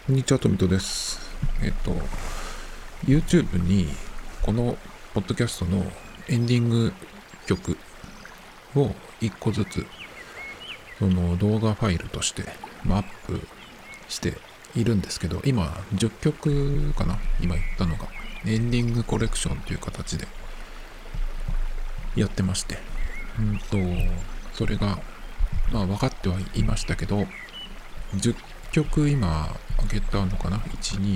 こんにちは、とみとです。YouTube にこのポッドキャストのエンディング曲を一個ずつその動画ファイルとしてアップしているんですけど、今10曲かな、今言ったのがエンディングコレクションという形でやってまして、それが分かってはいましたけど、10曲今上げたのかな、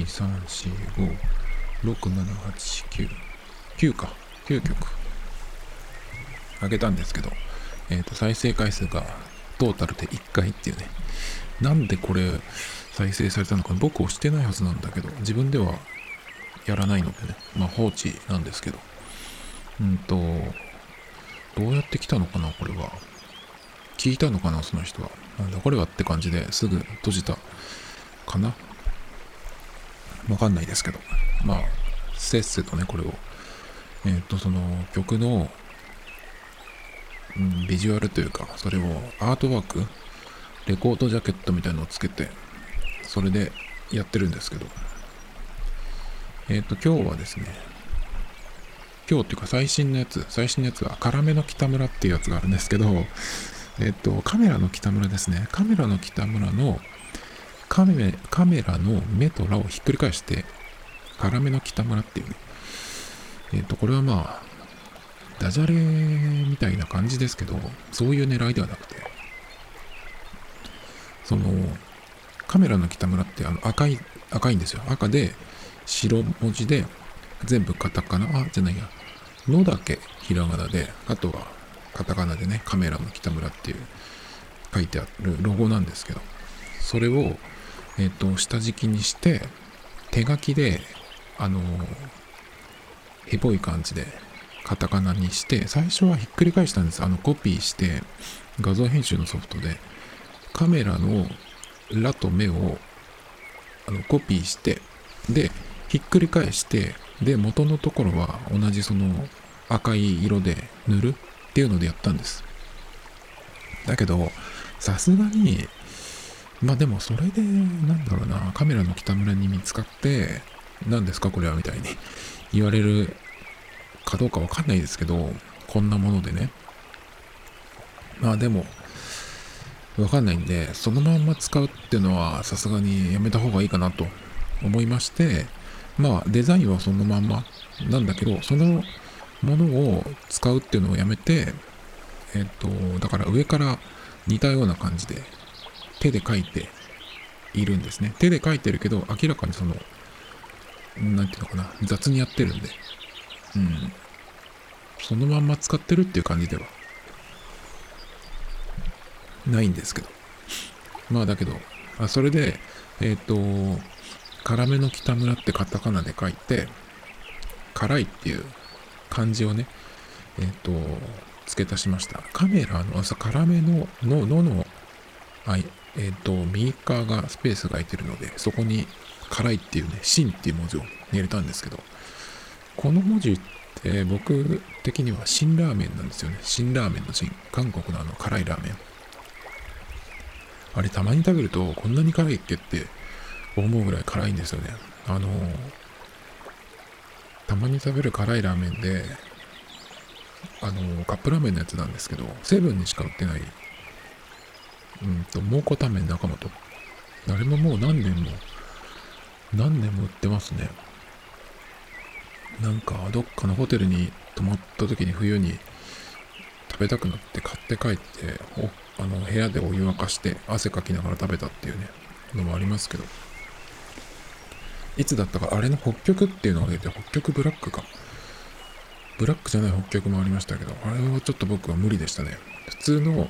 1,2,3,4,5,6,7,8,9 9か9曲上げたんですけど、再生回数がトータルで1回っていうね。なんでこれ再生されたのか、僕押してないはずなんだけど、自分ではやらないのでね、放置なんですけど、どうやって来たのかな、これは。聞いたのかな、その人は。なんだこれはって感じですぐ閉じたかな。わかんないですけど。せっせとね、これを。その曲の、ビジュアルというか、それをアートワーク、レコードジャケットみたいのをつけて、それでやってるんですけど。今日はですね、今日っていうか最新のやつは、辛めの北村っていうやつがあるんですけど、カメラの北村ですね。カメラの北村のカメラの目とラをひっくり返して、辛めの北村っていうね。これはダジャレみたいな感じですけど、そういう狙いではなくて、その、カメラの北村って赤いんですよ。赤で、白文字で、全部カタカナ、のだけひらがなで、あとはカタカナでね、カメラの北村っていう書いてあるロゴなんですけど、それを、下敷きにして、手書きで、ヘボい感じで、カタカナにして、最初はひっくり返したんです。コピーして、画像編集のソフトで、カメラのラと目をコピーして、で、ひっくり返して、で、元のところは同じその赤い色で塗るっていうのでやったんです。だけど、さすがに、でもそれで、カメラの北村に見つかって、何ですかこれはみたいに言われるかどうかわかんないですけど、こんなものでね。でも、わかんないんで、そのまんま使うっていうのはさすがにやめた方がいいかなと思いまして、デザインはそのまんまなんだけど、そのものを使うっていうのをやめて、だから上から似たような感じで手で描いているんですね。手で描いてるけど、明らかにその、なんていうのかな、雑にやってるんで、そのまんま使ってるっていう感じではないんですけど。だけど、それで、辛めの北村ってカタカナで書いて、辛いっていう漢字をね、付け足しました。カメラの辛めの右側がスペースが空いてるので、そこに辛いっていうね、辛っていう文字を入れたんですけど、この文字って僕的には辛ラーメンなんですよね。辛ラーメンの辛。韓国の辛いラーメン。あれたまに食べるとこんなに辛いっけって思うぐらい辛いんですよね。たまに食べる辛いラーメンで、カップラーメンのやつなんですけど、セブンにしか売ってない、蒙古タンメン仲間と。あれももう何年も売ってますね。どっかのホテルに泊まった時に冬に食べたくなって買って帰って、部屋でお湯沸かして汗かきながら食べたっていうね、のもありますけど。いつだったか、あれの北極っていうのが出て、北極ブラックか。ブラックじゃない北極もありましたけど、あれはちょっと僕は無理でしたね。普通の、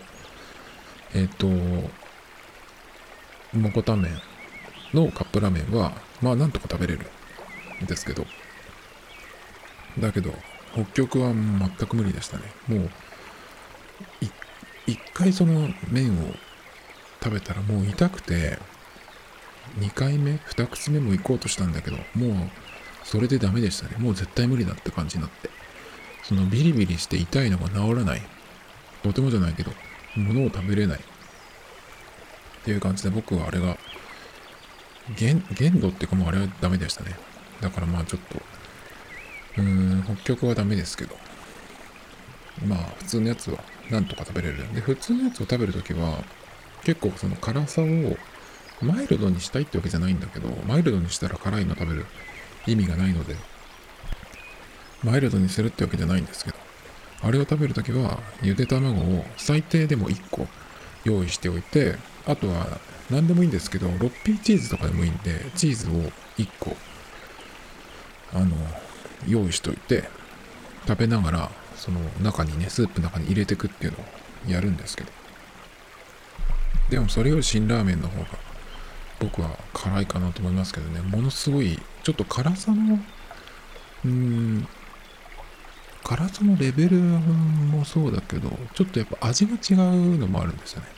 蒙古タンメンのカップラーメンは、なんとか食べれるんですけど、だけど、北極は全く無理でしたね。もう、一回その麺を食べたらもう痛くて、2回目、2口目も行こうとしたんだけど、もう、それでダメでしたね。もう絶対無理だって感じになって。そのビリビリして痛いのが治らない。とてもじゃないけど、物を食べれない。っていう感じで僕はあれが、 限度っていうかもうあれはダメでしたね。だからまあちょっと、北極はダメですけど、まあ普通のやつはなんとか食べれる。で、普通のやつを食べるときは、結構その辛さをマイルドにしたいってわけじゃないんだけど、マイルドにしたら辛いの食べる意味がないので、マイルドにするってわけじゃないんですけど、あれを食べるときは、ゆで卵を最低でも1個用意しておいて、あとは何でもいいんですけど、6P チーズとかでもいいんで、チーズを1個、用意しておいて、食べながら、その中にね、スープの中に入れていくっていうのをやるんですけど、でもそれより辛ラーメンの方が僕は辛いかなと思いますけどね、ものすごい、ちょっと辛さの、辛さのレベルもそうだけど、ちょっとやっぱ味が違うのもあるんですよね。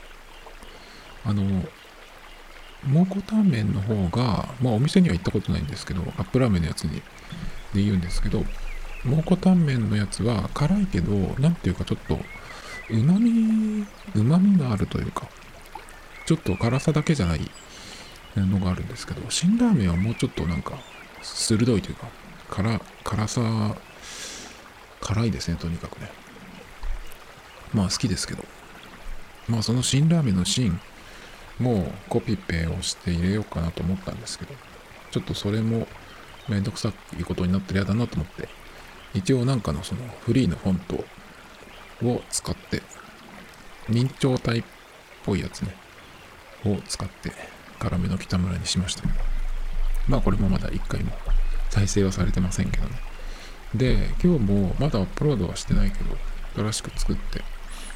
蒙古タンメンの方が、まあお店には行ったことないんですけど、カップラーメンのやつにで言うんですけど、蒙古タンメンのやつは辛いけど、なんていうかちょっと、旨味があるというか、ちょっと辛さだけじゃないのがあるんですけど、辛ラーメンはもうちょっとなんか、鋭いというか、辛さ、辛いですね、とにかくね。まあ好きですけど。まあその辛ラーメンの辛もコピペをして入れようかなと思ったんですけど、ちょっとそれもめんどくさいことになってるやだなと思って、一応なんかのそのフリーのフォントを使って、明朝体っぽいやつね、を使って辛めの北村にしました。まあこれもまだ一回も再生はされてませんけどね。で、今日もまだアップロードはしてないけど、新しく作って、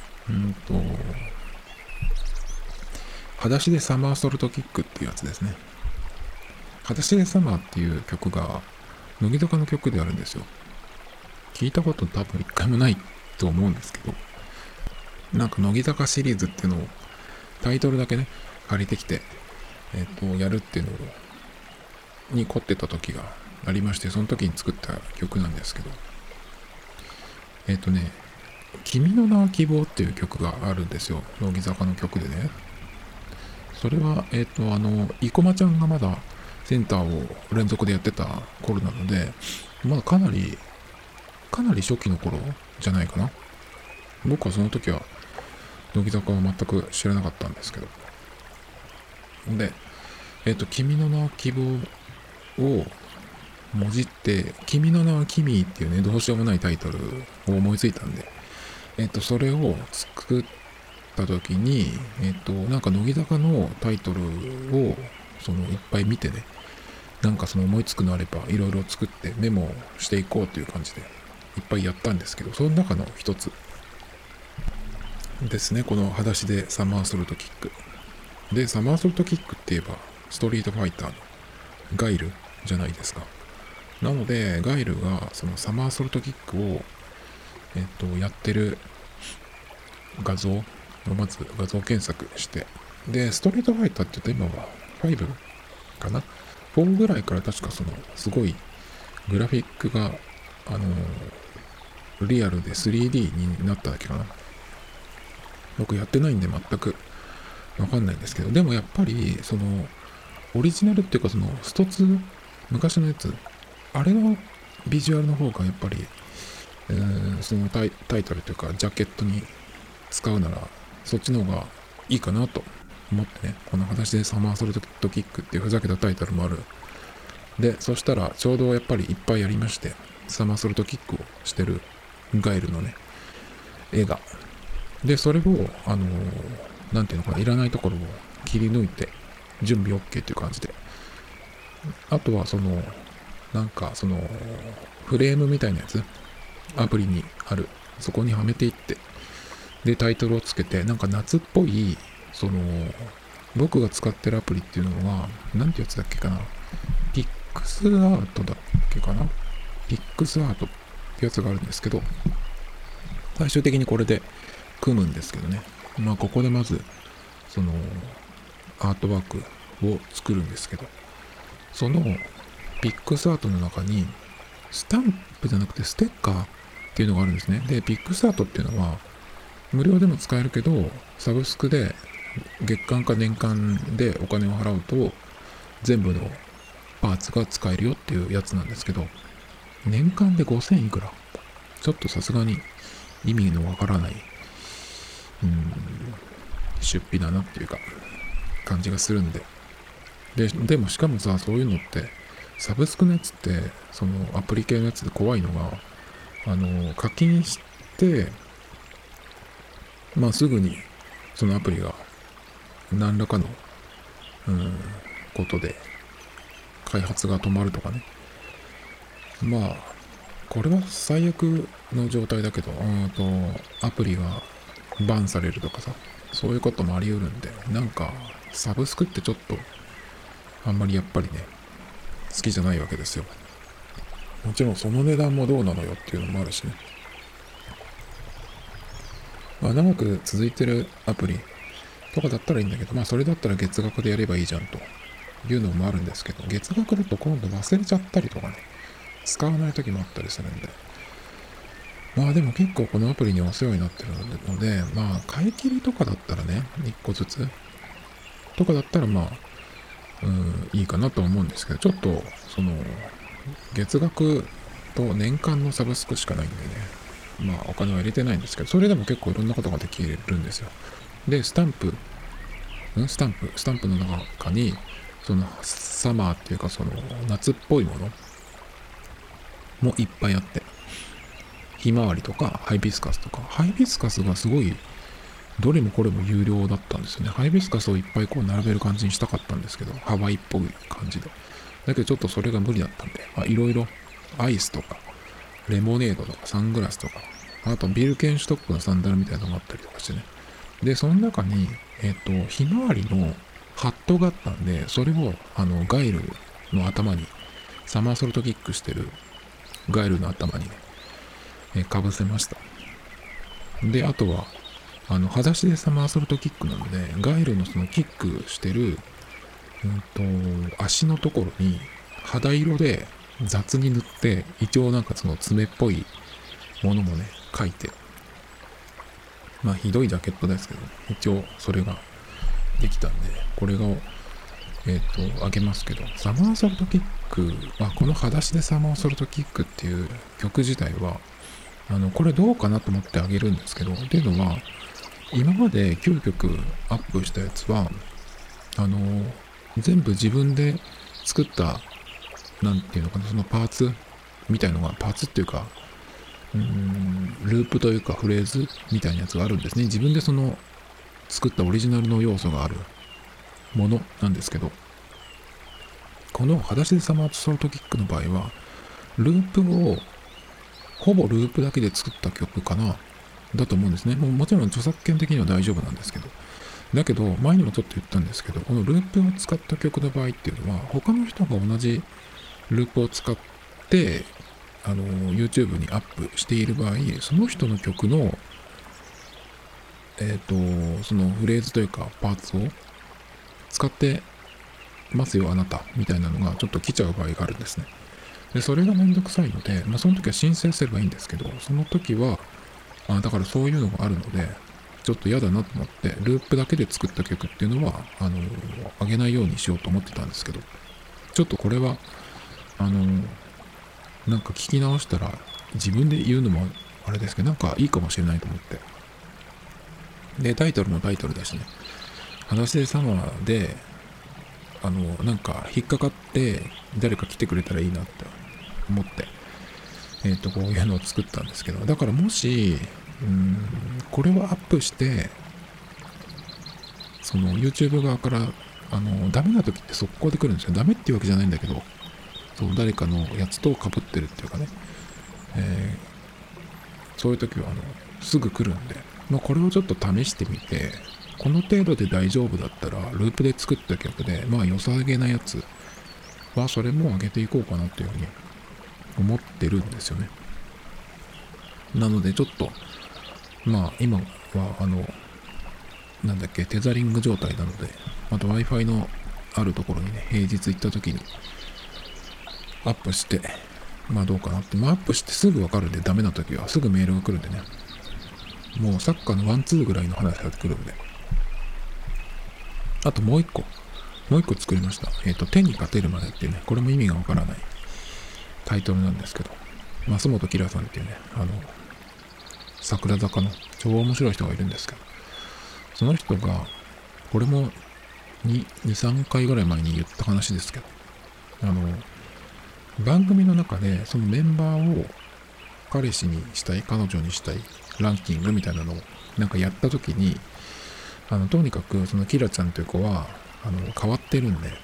裸足でサマーソルトキックっていうやつですね。裸足でサマーっていう曲が、乃木坂の曲であるんですよ。聞いたこと多分一回もないと思うんですけど、なんか乃木坂シリーズっていうのを、タイトルだけね、借りてきて、やるっていうのに凝ってた時がありまして、その時に作った曲なんですけど、君の名は希望っていう曲があるんですよ。乃木坂の曲でね。それは、生駒ちゃんがまだセンターを連続でやってた頃なので、まだかなり初期の頃じゃないかな。僕はその時は、乃木坂は全く知らなかったんですけど。で、君の名は希望をもじって、君の名は君っていうね、どうしようもないタイトルを思いついたんで、それを作った時に、なんか乃木坂のタイトルを、いっぱい見てね、なんかその思いつくのあれば、いろいろ作ってメモしていこうという感じで、いっぱいやったんですけど、その中の一つですね、この裸足でサマーソルトキック。で、サマーソルトキックって言えば、ストリートファイターのガイルじゃないですか。なので、ガイルがそのサマーソルトキックを、やってる画像をまず画像検索して、で、ストリートファイターって言うと今は5かな ?4 ぐらいから確かすごいグラフィックが、リアルで 3D になっただけかな。僕やってないんで全くわかんないんですけど、でもやっぱり、オリジナルっていうかスト2、昔のやつ、あれのビジュアルの方がやっぱり、そのタイトルというか、ジャケットに使うなら、そっちの方がいいかなと思ってね、この裸足でサマーソルトキックっていうふざけたタイトルもある。で、そしたらちょうどやっぱりいっぱいやりまして、サマーソルトキックをしてるガイルのね、絵が。で、それを、なんていうのかな、いらないところを切り抜いて、準備 OK っていう感じで。あとはなんかフレームみたいなやつ、アプリにある。そこにはめていって、で、タイトルをつけて、なんか夏っぽい、僕が使ってるアプリっていうのは、なんてやつだっけかな。ピックスアートだっけかな。ピックスアートってやつがあるんですけど、最終的にこれで組むんですけどね。まあ、ここでまず、アートワークを作るんですけど、そのピックスアートの中に、スタンプじゃなくてステッカーっていうのがあるんですね。で、ピックスアートっていうのは、無料でも使えるけど、サブスクで月間か年間でお金を払うと、 全部のパーツが使えるよっていうやつなんですけど、年間で5000いくら、ちょっとさすがに意味のわからない出費だなっていうか感じがするんで、でもしかもさ、そういうのってサブスクのやつって、そのアプリ系のやつで怖いのが、課金してすぐにそのアプリが何らかのことで開発が止まるとかね。これは最悪の状態だけど、アプリがバンされるとかさ、そういうこともあり得るんで、なんかサブスクってちょっとあんまりやっぱりね、好きじゃないわけですよ。もちろんその値段もどうなのよっていうのもあるしね。長く続いてるアプリとかだったらいいんだけど、それだったら月額でやればいいじゃんというのもあるんですけど、月額だと今度忘れちゃったりとかね、使わない時もあったりするんで、でも結構このアプリにお世話になってるので、買い切りとかだったらね、1個ずつとかだったらいいかなと思うんですけど、ちょっとその月額と年間のサブスクしかないんでね、お金は入れてないんですけど、それでも結構いろんなことができるんですよ。で、スタンプの中にそのサマーっていうか、その夏っぽいものもいっぱいあって、ひまわりとかハイビスカスとか、ハイビスカスがすごいどれもこれも有料だったんですよね。ハイビスカスをいっぱいこう並べる感じにしたかったんですけど、ハワイっぽい感じで。だけどちょっとそれが無理だったんで、いろいろアイスとか、レモネードとかサングラスとか、あとビルケンシュトックのサンダルみたいなのがあったりとかしてね。で、その中に、ひまわりのハットがあったんで、それをガイルの頭に、サマーソルトキックしてるガイルの頭にね、かぶせました。で、あとは、裸足でサマーソルトキックなので、ガイルのそのキックしてる、足のところに肌色で雑に塗って、一応なんかその爪っぽいものもね、書いて、ひどいジャケットですけど、一応それができたんで、これを、あげますけど、サマーソルトキック、この裸足でサマーソルトキックっていう曲自体は、これどうかなと思ってあげるんですけど、っていうのは、今まで9曲アップしたやつは、全部自分で作った、なんていうのかな、そのパーツみたいのが、パーツっていうか、ループというかフレーズみたいなやつがあるんですね。自分でその作ったオリジナルの要素があるものなんですけど、この裸足でサマーソルトキックの場合は、ループをほぼループだけで作った曲かなだと思うんですね。もちろん著作権的には大丈夫なんですけど、だけど前にもちょっと言ったんですけど、このループを使った曲の場合っていうのは、他の人が同じループを使ってYouTube にアップしている場合、その人の曲のそのフレーズというかパーツを使ってますよあなたみたいなのがちょっと来ちゃう場合があるんですね。でそれがめんどくさいので、その時は申請すればいいんですけど、その時はだからそういうのがあるので、ちょっと嫌だなと思ってループだけで作った曲っていうのはあげないようにしようと思ってたんですけど、ちょっとこれはなんか聞き直したら自分で言うのもあれですけど、なんかいいかもしれないと思って。で、タイトルもタイトルだしね。裸足でサマーで、なんか引っかかって誰か来てくれたらいいなって思って、こういうのを作ったんですけど、だからもし、これをアップして、その YouTube 側から、ダメな時って速攻で来るんですよ。ダメっていうわけじゃないんだけど、そう誰かのやつと被ってるっていうかね、そういう時はすぐ来るんで、これをちょっと試してみて、この程度で大丈夫だったらループで作った曲で良さげなやつはそれも上げていこうかなというふうに思ってるんですよね。なのでちょっと今はなんだっけ、テザリング状態なので、あと Wi-Fi のあるところにね、平日行った時にアップして、どうかなって、アップしてすぐわかるんで、ダメな時はすぐメールが来るんでね、もうサッカーのワンツーぐらいの話が来るんで。あともう一個、 もう一個作りました。手に勝てるまでっていうね、これも意味がわからないタイトルなんですけど、増本キラさんっていうね、桜坂の超面白い人がいるんですけど、その人が、これも2、3回ぐらい前に言った話ですけど、番組の中でそのメンバーを彼氏にしたい、彼女にしたいランキングみたいなのをなんかやった時に、とにかくそのキラちゃんという子は、変わってるんで、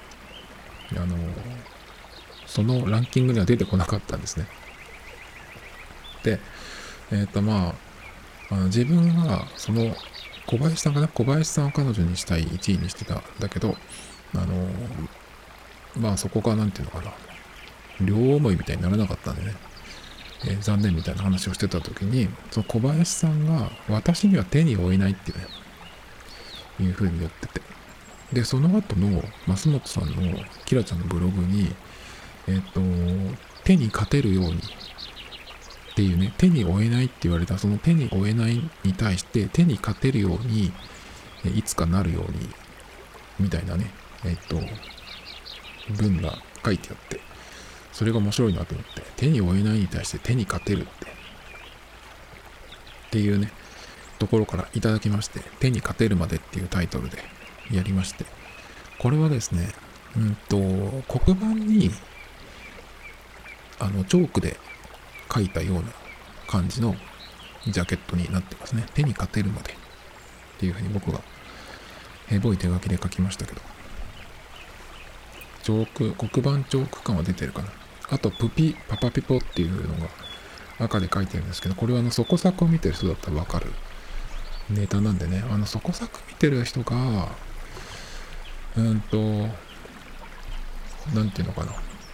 そのランキングには出てこなかったんですね。で、自分はその小林さんを彼女にしたい1位にしてたんだけど、そこがなんていうのかな、両思いみたいにならなかったんでね、残念みたいな話をしてた時に、その小林さんが私には手に負えないってね、いう風に言ってて、でその後の増本さんのキラちゃんのブログに、手に勝てるようにっていうね、手に負えないって言われたその手に負えないに対して手に勝てるようにいつかなるようにみたいなね、文が書いてあって、それが面白いなと思って、手に負えないに対して手に勝てるっていうねところからいただきまして、手に勝てるまでっていうタイトルでやりまして、これはですね、黒板にチョークで書いたような感じのジャケットになってますね。手に勝てるまでっていうふうに僕がヘボい手書きで書きましたけど、黒板チョーク感は出てるかな。あとパパピポっていうのが赤で書いてるんですけど、これはそこ作を見てる人だったらわかるネタなんでね、そこ作見てる人がなんていうのかな、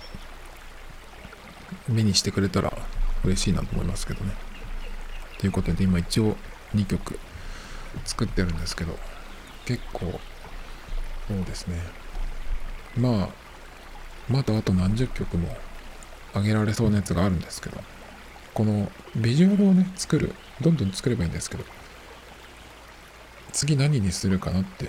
目にしてくれたら嬉しいなと思いますけどね。ということで今一応2曲作ってるんですけど、結構そうですね、まだあと何十曲も上げられそうなやつがあるんですけど、このビジュアルをねどんどん作ればいいんですけど、次何にするかなって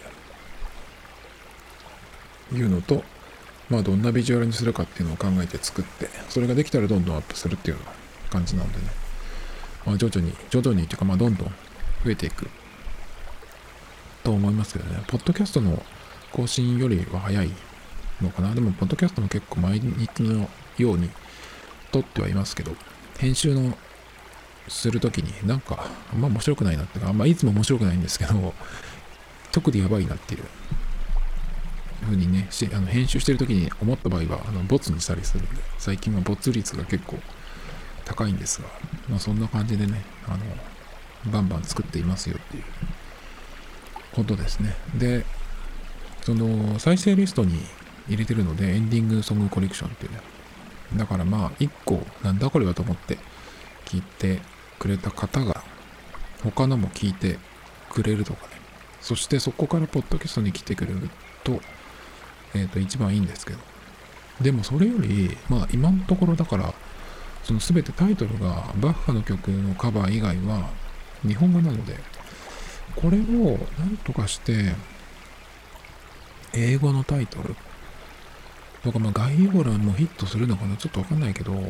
いうのと、どんなビジュアルにするかっていうのを考えて作って、それができたらどんどんアップするっていうような感じなんでね、徐々にっていうかどんどん増えていくと思いますけどね。ポッドキャストの更新よりは早いのかな。でもポッドキャストも結構毎日のように撮ってはいますけど、編集のするときになんかあんま面白くないなっていうか、いつも面白くないんですけど、特にやばいなっていう風にね、編集してるときに思った場合はボツにしたりするんで、最近はボツ率が結構高いんですが、そんな感じでね、バンバン作っていますよっていうことですね。で、その再生リストに入れてるので、エンディングソングコレクションっていうね、だから1個なんだこれはと思って聞いてくれた方が他のも聞いてくれるとかね、そしてそこからポッドキャストに来てくれると、一番いいんですけど、でもそれより今のところだから、その全てタイトルがバッハの曲のカバー以外は日本語なので、これをなんとかして英語のタイトルとか、概要欄もヒットするのかな、ちょっとわかんないけど、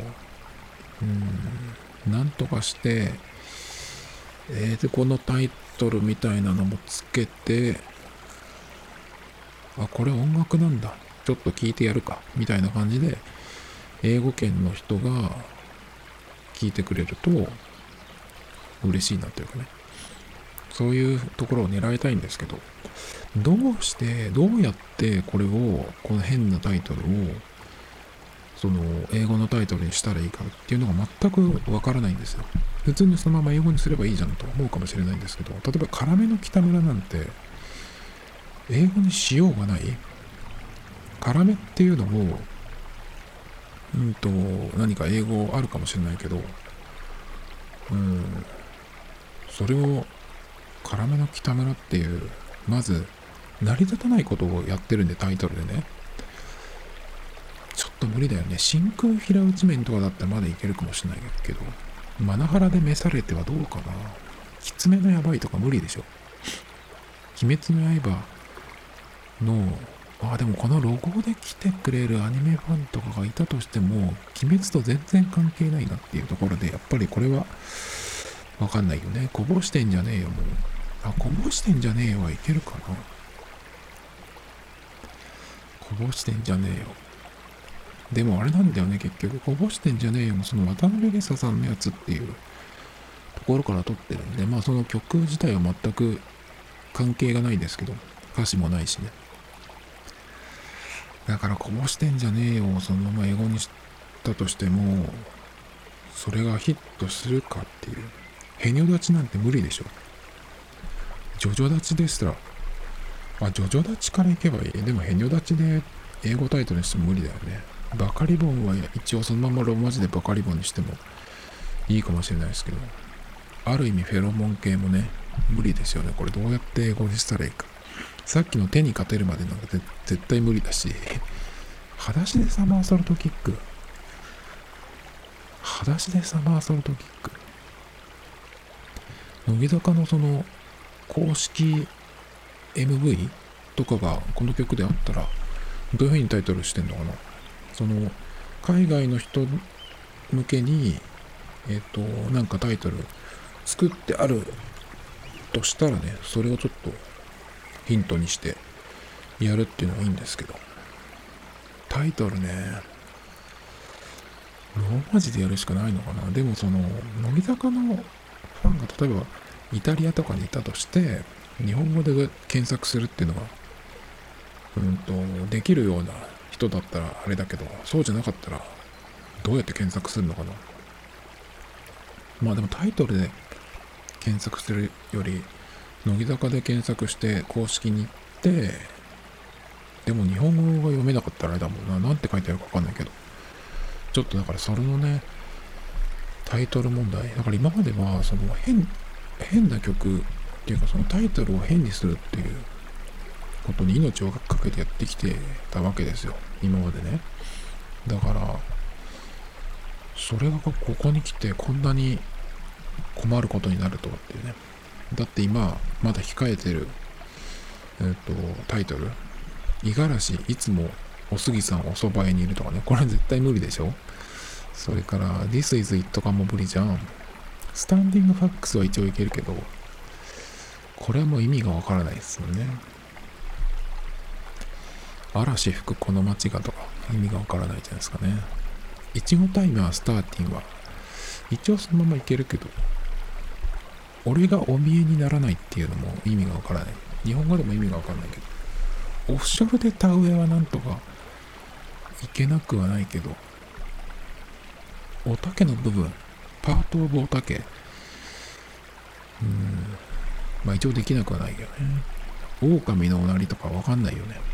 なんとかしてでこのタイトルみたいなのもつけて、これ音楽なんだ、ちょっと聞いてやるかみたいな感じで英語圏の人が聞いてくれると嬉しいなというかね、そういうところを狙いたいんですけど、どうやってこの変なタイトルをその英語のタイトルにしたらいいかっていうのが全くわからないんですよ。普通にそのまま英語にすればいいじゃんと思うかもしれないんですけど、例えば辛めの北村なんて英語にしようがない。辛めっていうのも何か英語あるかもしれないけど、それを辛めの北村っていう、まず成り立たないことをやってるんで、タイトルでね、ちょっと無理だよね。真空平打ち麺とかだったらまだいけるかもしれないけど、マナハラで召されてはどうかな。きつめのやばいとか無理でしょ。鬼滅の刃のまあでもこのロゴで来てくれるアニメファンとかがいたとしても、鬼滅と全然関係ないなっていうところで、やっぱりこれはわかんないよね。こぼしてんじゃねえよ、もう。あ、こぼしてんじゃねえよはいけるかな。こぼしてんじゃねえよ。でもあれなんだよね、結局。こぼしてんじゃねえよも、その渡辺梨沙さんのやつっていうところから撮ってるんで、まあその曲自体は全く関係がないですけど、歌詞もないしね。だからこぼしてんじゃねえよをそのまま英語にしたとしても、それがヒットするかっていう。ヘニョ立ちなんて無理でしょ。ジョジョ立ちですら、ジョジョ立ちからいけばいい。でもヘニョ立ちで英語タイトルにしても無理だよね。バカリボンは一応そのままローマ字でバカリボンにしてもいいかもしれないですけど、ある意味フェロモン系もね、無理ですよね。これどうやって英語にしたらいいか。さっきの手に勝てるまでなんか絶対無理だし、裸足でサマーソルトキック。裸足でサマーソルトキック。乃木坂のその公式 MV とかがこの曲であったら、どういう風にタイトルしてんのかな。その海外の人向けになんかタイトル作ってあるとしたらね、それをちょっとヒントにしてやるっていうのはいいんですけど、タイトルね、ローマ字でやるしかないのかな。でもその乃木坂のファンが例えばイタリアとかにいたとして日本語で検索するっていうのができるような人だったらあれだけど、そうじゃなかったらどうやって検索するのかな。まあでもタイトルで検索するより乃木坂で検索して公式に行って、でも日本語が読めなかったらあれだもんな。なんて書いてあるかわかんないけど、ちょっとだからそれのね、タイトル問題。だから今まではその変な曲っていうか、そのタイトルを変にするっていうことに命をかけてやってきてたわけですよ、今までね。だからそれがここに来てこんなに困ることになるとはっていうね。だって今まだ控えてるタイトル、五十嵐いつもおすぎさんおそば屋にいるとかね、これ絶対無理でしょ。それから This is it とかも無理じゃん。スタンディングファックスは一応いけるけど、これはもう意味がわからないですよね。嵐吹くこの街がとか意味がわからないじゃないですかね。いちごタイマースターティンは一応そのままいけるけど、俺がお見えにならないっていうのも意味がわからない。日本語でも意味がわからないけど、オフショルで田植えはなんとかいけなくはないけど、おたけの部分、パートオブおたけ、まあ一応できなくはないけどね。狼のおなりとかわかんないよね。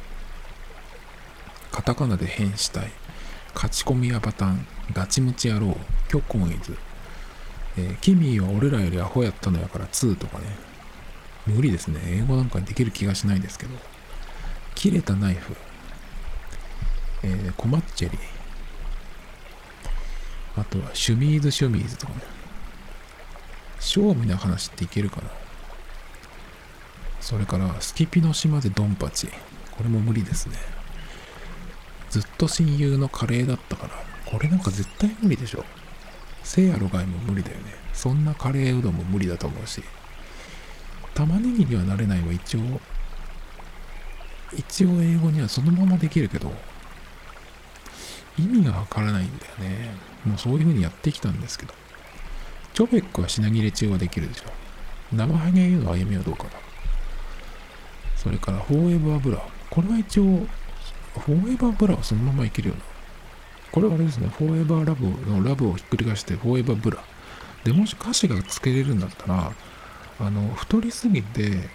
カタカナで変死体、勝ち込みやバタン、ガチムチ野郎、キョコンイズ、キミーは俺らよりアホやったのやから2とかね。無理ですね。英語なんかにできる気がしないですけど。切れたナイフ、コマッチェリ、あとはシュミーズとかね。正味な話っていけるかな。それからスキピの島でドンパチ、これも無理ですね。ずっと親友のカレーだったから、これなんか絶対無理でしょ。せやろがいも無理だよね。そんなカレーうどんも無理だと思うし、玉ねぎにはなれないは一応英語にはそのままできるけど、意味がわからないんだよね。もうそういう風にやってきたんですけど、チョベックは品切れ中はできるでしょ。生ハゲへの歩みはどうかな。それからフォーエバーブラ、これは一応フォーエバーブラはそのままいけるよな。これはあれですね、フォーエバーラブのラブをひっくり返してフォーエバーブラで、もし歌詞がつけれるんだったら、太りすぎて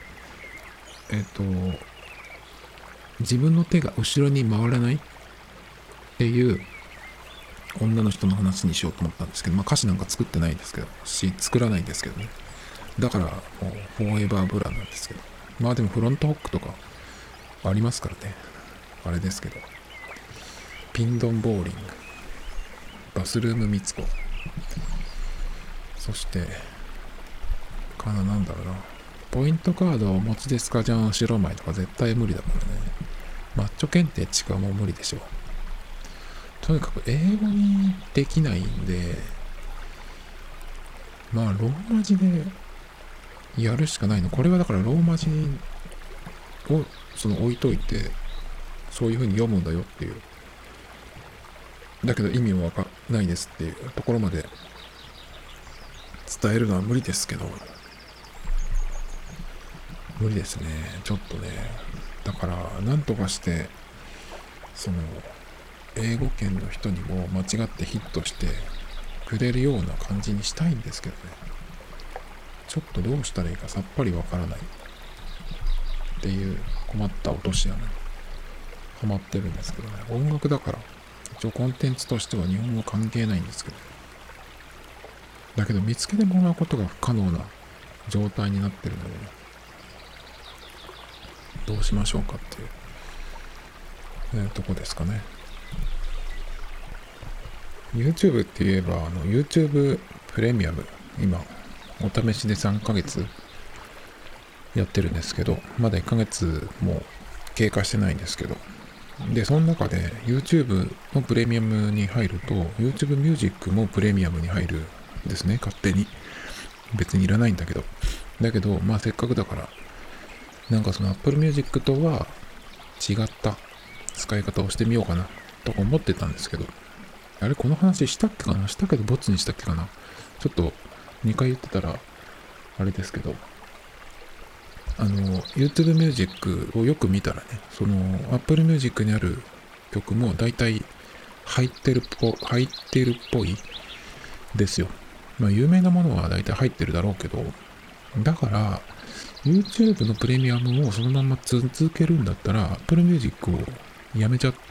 自分の手が後ろに回らないっていう女の人の話にしようと思ったんですけど、まあ歌詞なんか作ってないですけど、作らないんですけどね。だからもうフォーエバーブラなんですけど、まあでもフロントホックとかありますからね、あれですけど。ピンドンボーリング、バスルームミツコ、そしてなんだろうな、ポイントカードをお持ちですかじゃん白米とか絶対無理だからね。 マッチョ検定違うも無理でしょ。とにかく英語にできないんで、まあローマ字でやるしかないの。これはだからローマ字を置いといて、そういう風に読むんだよっていう。だけど意味もわかんないですっていうところまで伝えるのは無理ですけど、無理ですね。ちょっとね。だからなんとかして英語圏の人にも間違ってヒットしてくれるような感じにしたいんですけどね。ちょっとどうしたらいいかさっぱりわからないっていう困った落とし穴にハマってるんですけどね。音楽だから一応コンテンツとしては日本語関係ないんですけど、だけど見つけてもらうことが不可能な状態になってるので、どうしましょうかっていう、とこですかね。YouTube って言えばYouTube プレミアム今お試しで3ヶ月やってるんですけど、まだ1ヶ月も経過してないんですけど、でその中で YouTube のプレミアムに入ると YouTube ミュージックもプレミアムに入るんですね。勝手に別にいらないんだけど、まあせっかくだからなんかApple Music とは違った使い方をしてみようかなとか思ってたんですけど、あれこの話したっけかな、したけどボツにしたっけかな、ちょっと2回言ってたらあれですけど、YouTube Music をよく見たらね、Apple Music にある曲も大体入ってるっぽいですよ。まあ有名なものは大体入ってるだろうけど、だから YouTube のプレミアムをそのまま続けるんだったら Apple Music をやめちゃって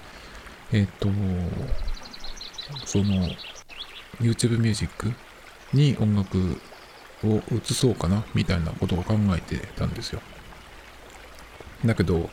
、YouTube Music に音楽を移そうかなみたいなことを考えてたんですよ。だけど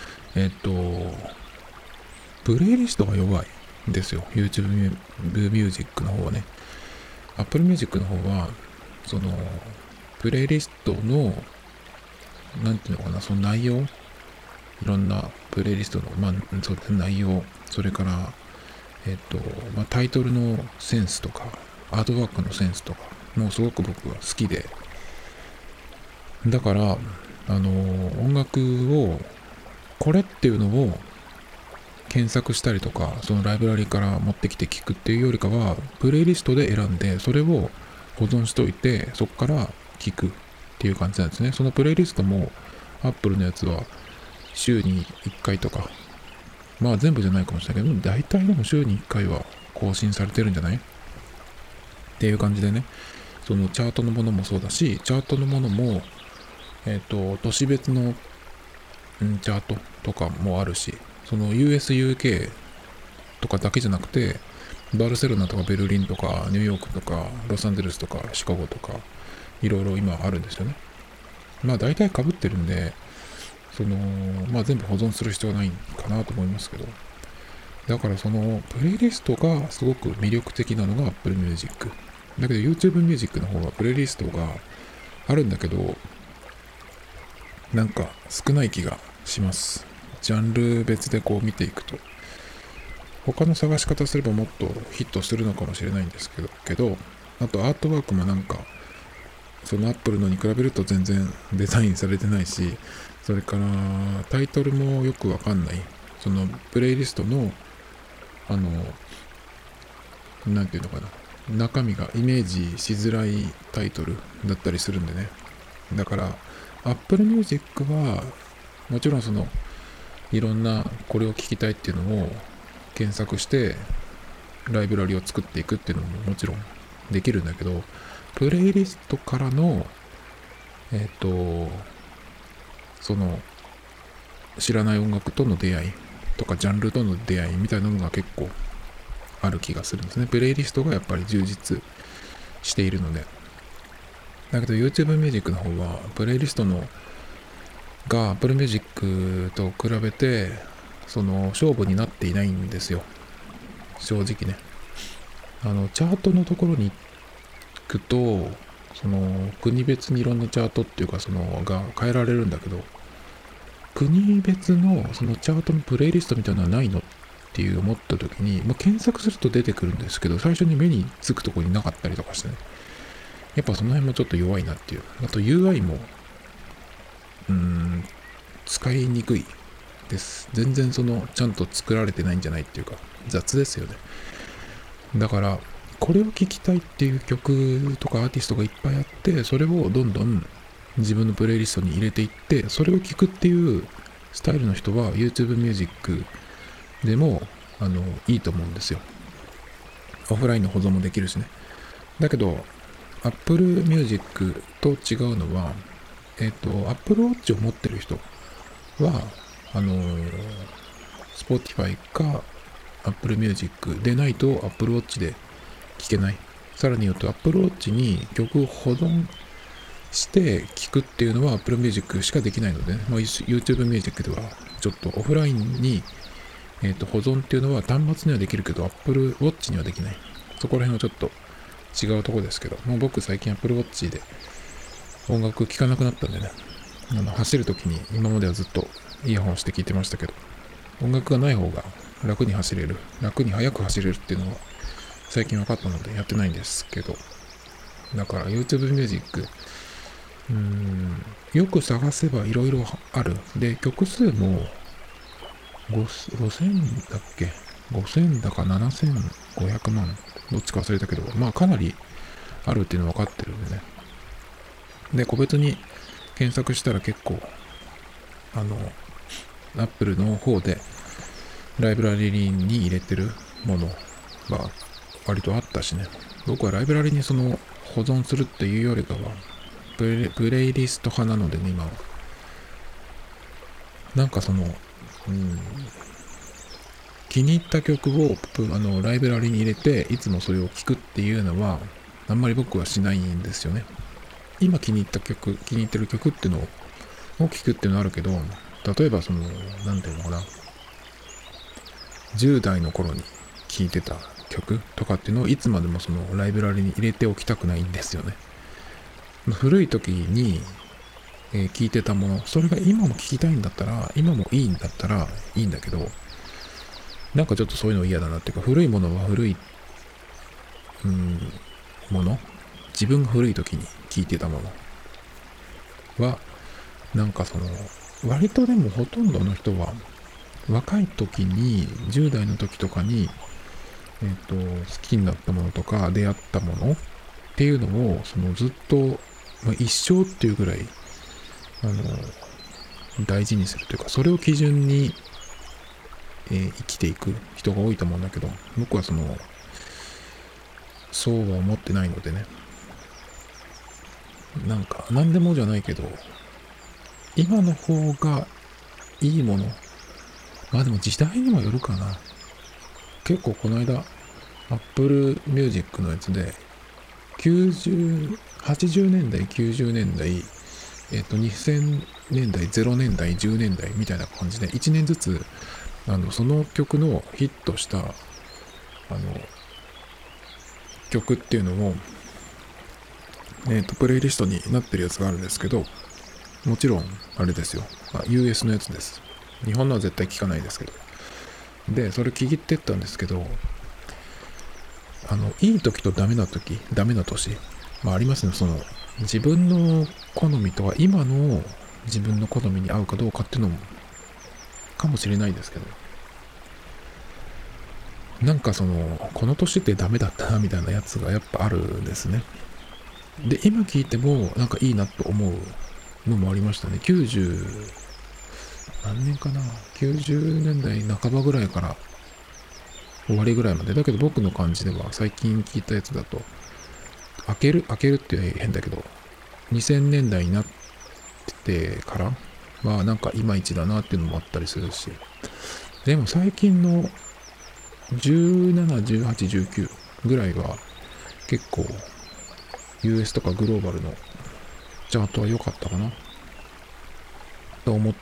プレイリストが弱いんですよ。 YouTube Music の方はね。 Apple Music の方はプレイリストのなんていうのかな、その内容、いろんなプレイリストのそうですね、内容、それからタイトルのセンスとかアートワークのセンスとかもうすごく僕は好きで、だから音楽をこれっていうのを検索したりとかそのライブラリから持ってきて聞くっていうよりかはプレイリストで選んでそれを保存しといてそこから聞くっていう感じなんですね。そのプレイリストも Apple のやつは週に1回とか、まあ全部じゃないかもしれないけど大体でも週に1回は更新されてるんじゃないっていう感じでね、そのチャートのものもそうだし、チャートのものも都市別のチャートとかもあるし、その US、UK とかだけじゃなくて、バルセロナとかベルリンとかニューヨークとかロサンゼルスとかシカゴとかいろいろ今あるんですよね。まあ大体被ってるんで、まあ全部保存する必要はないかなと思いますけど、だからプレイリストがすごく魅力的なのが Apple Music。だけど YouTube Music の方はプレイリストがあるんだけど、なんか少ない気がします。ジャンル別でこう見ていくと。他の探し方すればもっとヒットするのかもしれないんですけど、あとアートワークもなんか、Apple のに比べると全然デザインされてないし、それからタイトルもよくわかんない。プレイリストの、なんていうのかな。中身がイメージしづらいタイトルだったりするんでね。だから、Apple Music は、もちろんいろんなこれを聞きたいっていうのを検索してライブラリを作っていくっていうのももちろんできるんだけど、プレイリストからの知らない音楽との出会いとかジャンルとの出会いみたいなのが結構ある気がするんですね。プレイリストがやっぱり充実しているので。だけど YouTube Music の方はプレイリストが Apple Music と比べて勝負になっていないんですよ、正直ね。チャートのところに行くと国別にいろんなチャートっていうかが変えられるんだけど、 国別のそのチャートのプレイリストみたいなのはないのっていう思った時に、検索すると出てくるんですけど、最初に目につくところになかったりとかしてね。やっぱその辺もちょっと弱いなっていう。あと UI も、使いにくいです。全然ちゃんと作られてないんじゃないっていうか、雑ですよね。だから、これを聴きたいっていう曲とかアーティストがいっぱいあって、それをどんどん自分のプレイリストに入れていって、それを聴くっていうスタイルの人は YouTube Music でもいいと思うんですよ。オフラインの保存もできるしね。だけど Apple Music と違うのは、Apple Watch を持ってる人はSpotify か Apple Music でないと Apple Watch で聴けない。さらに言うと Apple Watch に曲を保存して聴くっていうのは Apple Music しかできないので、ね、YouTube Music ではちょっとオフラインに、保存っていうのは端末にはできるけど Apple Watch にはできない。そこら辺はちょっと違うところですけど、もう僕最近 Apple Watch で音楽聴かなくなったんでね、走るときに今まではずっとイヤホンして聴いてましたけど、音楽がない方が楽に走れる、楽に速く走れるっていうのは最近分かったのでやってないんですけど、だから YouTube Music、よく探せばいろいろある。で、曲数も5000だっけ ?5000 だか7500万どっちか忘れたけど、かなりあるっていうの分かってるんでね。で、個別に検索したら結構Apple の方でライブラリーに入れてるものが割とあったしね。僕はライブラリに保存するっていうよりかはプレイリスト派なのでね、今は。なんか気に入った曲をライブラリに入れていつもそれを聴くっていうのはあんまり僕はしないんですよね。今気に入ってる曲っていうのを聴くっていうのはあるけど、例えばなんていうのかな、10代の頃に聴いてた曲とかっていうのをいつまでもライブラリに入れておきたくないんですよね。古い時に聴いてたもの、それが今も聴きたいんだったら、今もいいんだったらいいんだけど、なんかちょっとそういうの嫌だなっていうか、古いものは古い、もの、自分が古い時に聴いてたものは、なんか割とでもほとんどの人は、若い時に、10代の時とかに、好きになったものとか、出会ったものっていうのを、ずっと、一生っていうぐらい、大事にするというか、それを基準に、生きていく人が多いと思うんだけど、僕はそうは思ってないのでね。なんか、何でもじゃないけど、今の方がいいもの。でも時代にもよるかな。結構この間、Apple Music のやつで、80年代、90年代、2000年代、0年代、10年代みたいな感じで、1年ずつ、その曲のヒットした、曲っていうのを、プレイリストになってるやつがあるんですけど、もちろん、あれですよ。US のやつです。日本のは絶対聞かないですけど。で、それ聞いてったんですけど、いい時とダメな時、ダメな年、ありますね。自分の好みとは今の自分の好みに合うかどうかっていうのも、かもしれないですけど、なんかこの年ってダメだったなみたいなやつがやっぱあるんですね。で、今聞いてもなんかいいなと思うのもありましたね。何年かな ?90 年代半ばぐらいから終わりぐらいまで。だけど僕の感じでは最近聞いたやつだと、開けるって変だけど、2000年代になってからはなんかいまいちだなっていうのもあったりするし、でも最近の17、18、19ぐらいは結構 US とかグローバルのチャートは良かったかなと思って、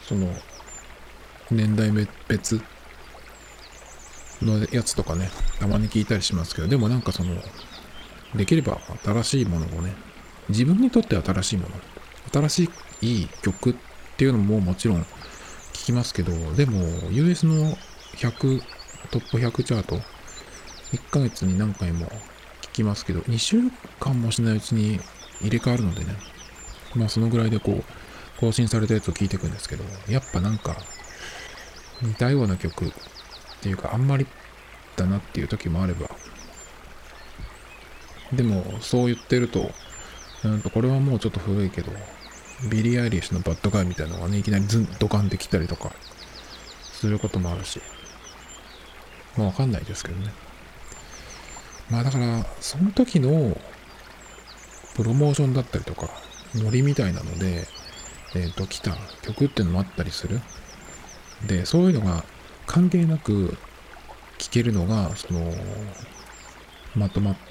年代別のやつとかね、たまに聞いたりしますけど、でもなんかできれば新しいものをね、自分にとって新しいもの、新しい曲っっていうのももちろん聞きますけど、でも US の100トップ100チャート1ヶ月に何回も聞きますけど、2週間もしないうちに入れ替わるのでね、まあそのぐらいでこう更新されたやつを聞いていくんですけど、やっぱなんか似たような曲っていうかあんまりだなっていう時もあれば、でもそう言ってると、これはもうちょっと古いけど、ビリー・アイリッシュのバッドガイみたいなのがね、いきなりドカンってきたりとかすることもあるし、まあわかんないですけどね。まあだから、その時のプロモーションだったりとか、ノリみたいなので、来た曲っていうのもあったりする。で、そういうのが関係なく聴けるのが、まとまった、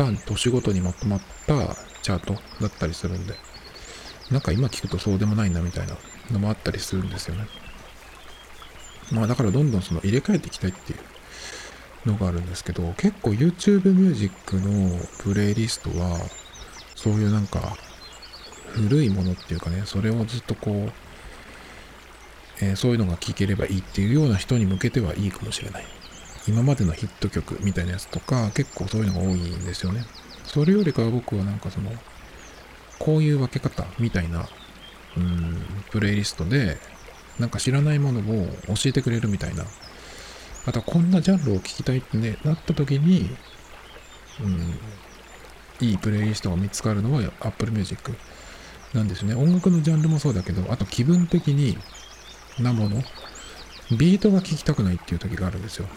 年ごとにまとまったチャートだったりするんで、なんか今聞くとそうでもないなみたいなのもあったりするんですよね。まあだからどんどん入れ替えていきたいっていうのがあるんですけど、結構 YouTube ミュージックのプレイリストは、そういうなんか古いものっていうかね、それをずっとこう、そういうのが聴ければいいっていうような人に向けてはいいかもしれない。今までのヒット曲みたいなやつとか、結構そういうのが多いんですよね。それよりかは僕はなんかこういう分け方みたいな、プレイリストで、なんか知らないものを教えてくれるみたいな。あとはこんなジャンルを聴きたいってね、なった時に、いいプレイリストが見つかるのは Apple Music なんですね。音楽のジャンルもそうだけど、あと気分的になもの、ビートが聴きたくないっていう時があるんですよ。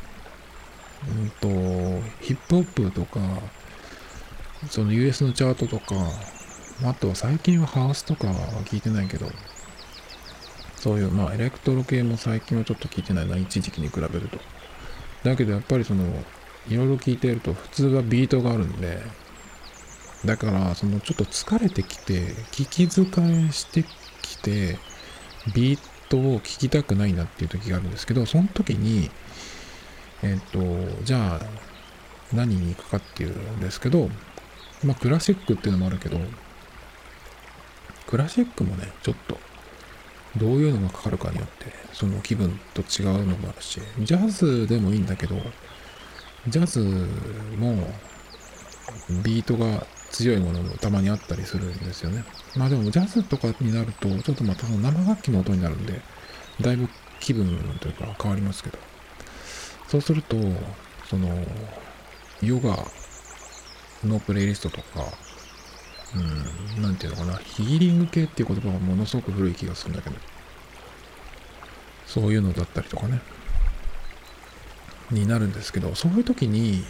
ヒップホップとか、その US のチャートとか、あとは最近はハウスとかは聞いてないけど、そういう、まあエレクトロ系も最近はちょっと聞いてないな、一時期に比べると。だけどやっぱりいろいろ聞いていると普通はビートがあるんで、だからちょっと疲れてきて、聞き疲れしてきて、ビートを聞きたくないなっていう時があるんですけど、その時に、じゃあ何に行くかっていうんですけど、まあクラシックっていうのもあるけど、クラシックもね、ちょっとどういうのがかかるかによって、その気分と違うのもあるし、ジャズでもいいんだけど、ジャズもビートが強いものもたまにあったりするんですよね。まあでもジャズとかになると、ちょっとまた生楽器の音になるんで、だいぶ気分というか変わりますけど、そうすると、ヨガのプレイリストとか、なんていうのかな、ヒーリング系っていう言葉がものすごく古い気がするんだけど、そういうのだったりとかね、になるんですけど、そういう時に、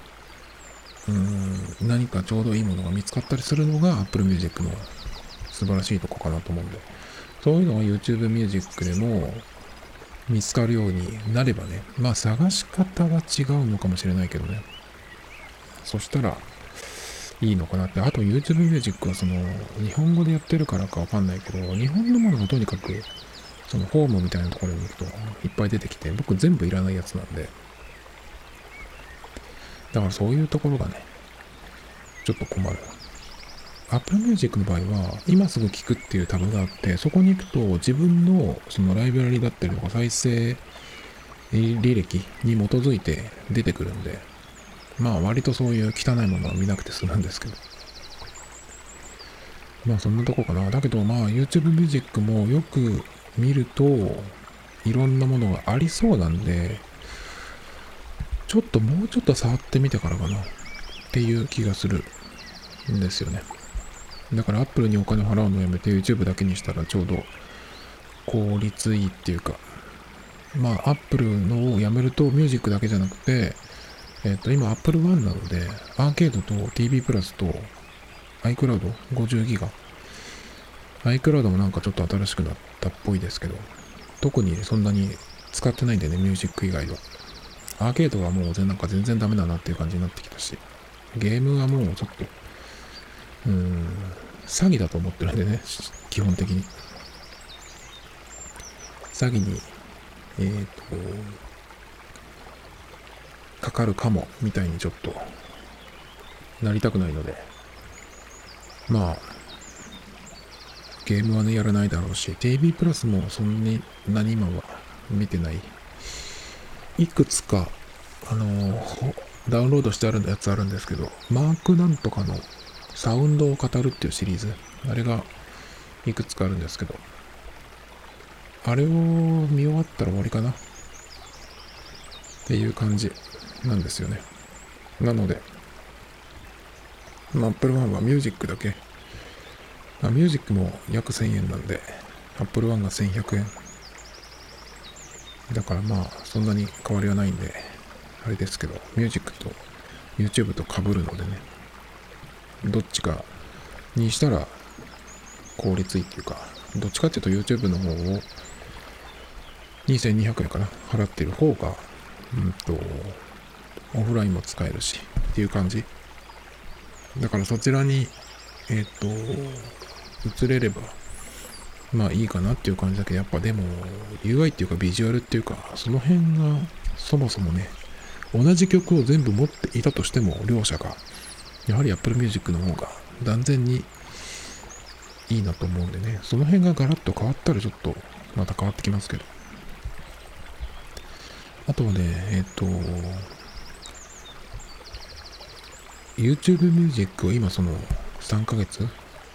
何かちょうどいいものが見つかったりするのが Apple Music の素晴らしいとこかなと思うんで、そういうのは YouTube Music でも見つかるようになればね、まあ探し方は違うのかもしれないけどね、そしたらいいのかなって。あと YouTube Music は日本語でやってるからかわかんないけど、日本のものがとにかくホームみたいなところに行くといっぱい出てきて、僕全部いらないやつなんで、だからそういうところがね、ちょっと困る。Apple Music の場合は、今すぐ聴くっていうタブがあって、そこに行くと自分のライブラリだったりとか再生履歴に基づいて出てくるんで、まあ割とそういう汚いものは見なくて済むんですけど。まあそんなとこかな。だけどまあ YouTube Music もよく見ると、いろんなものがありそうなんで、もうちょっと触ってみてからかなっていう気がするんですよね。だから Apple にお金払うのをやめて YouTube だけにしたらちょうど効率いいっていうか、まあ Apple のをやめるとミュージックだけじゃなくて、今 Apple One なのでアーケードと TV プラスと iCloud50 ギガ iCloud もなんかちょっと新しくなったっぽいですけど、特にそんなに使ってないんでね、ミュージック以外は。アーケードはもうなんか全然ダメだなっていう感じになってきたし、ゲームはもうちょっと詐欺だと思ってるんでね、基本的に詐欺にかかるかもみたいにちょっとなりたくないので、まあゲームはね、やらないだろうし、TV プラスもそんなに今は見てない。いくつか、ダウンロードしてあるやつあるんですけど、マークなんとかのサウンドを語るっていうシリーズ、あれがいくつかあるんですけど、あれを見終わったら終わりかなっていう感じなんですよね。なので、Apple One はミュージックだけ、ミュージックも約1000円なんで、Apple One が1100円。だからそんなに変わりはないんで、あれですけど、ミュージックと YouTube と被るのでね、どっちかにしたら効率いいっていうか、どっちかっていうと YouTube の方を2200円かな、払ってる方が、オフラインも使えるしっていう感じ。だからそちらに、移れれば、いいかなっていう感じだけど、やっぱでも UI っていうかビジュアルっていうか、その辺がそもそもね、同じ曲を全部持っていたとしても、両者が、やはり Apple Music の方が断然にいいなと思うんでね、その辺がガラッと変わったらちょっとまた変わってきますけど。あとはね、YouTube Music を今その3ヶ月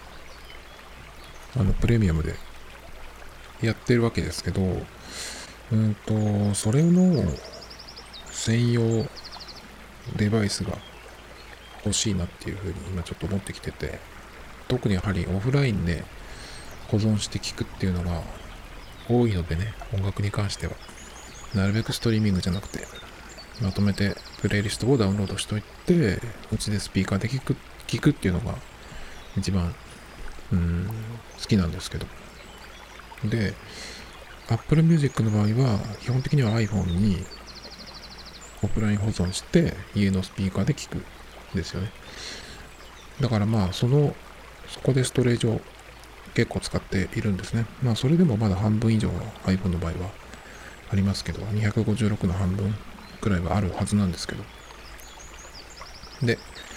プレミアムでやってるわけですけど、それの専用デバイスが欲しいなっていうふうに今ちょっと思ってきてて、特にやはりオフラインで保存して聴くっていうのが多いのでね、音楽に関しては。なるべくストリーミングじゃなくて、まとめてプレイリストをダウンロードしといて、うちでスピーカーで聞くっていうのが一番、好きなんですけど。で、Apple Music の場合は、基本的には iPhone にオフライン保存して家のスピーカーで聞くんですよね。だからそこでストレージを結構使っているんですね。それでもまだ半分以上は iPhone の場合はありますけど、256の半分くらいはあるはずなんですけど。で、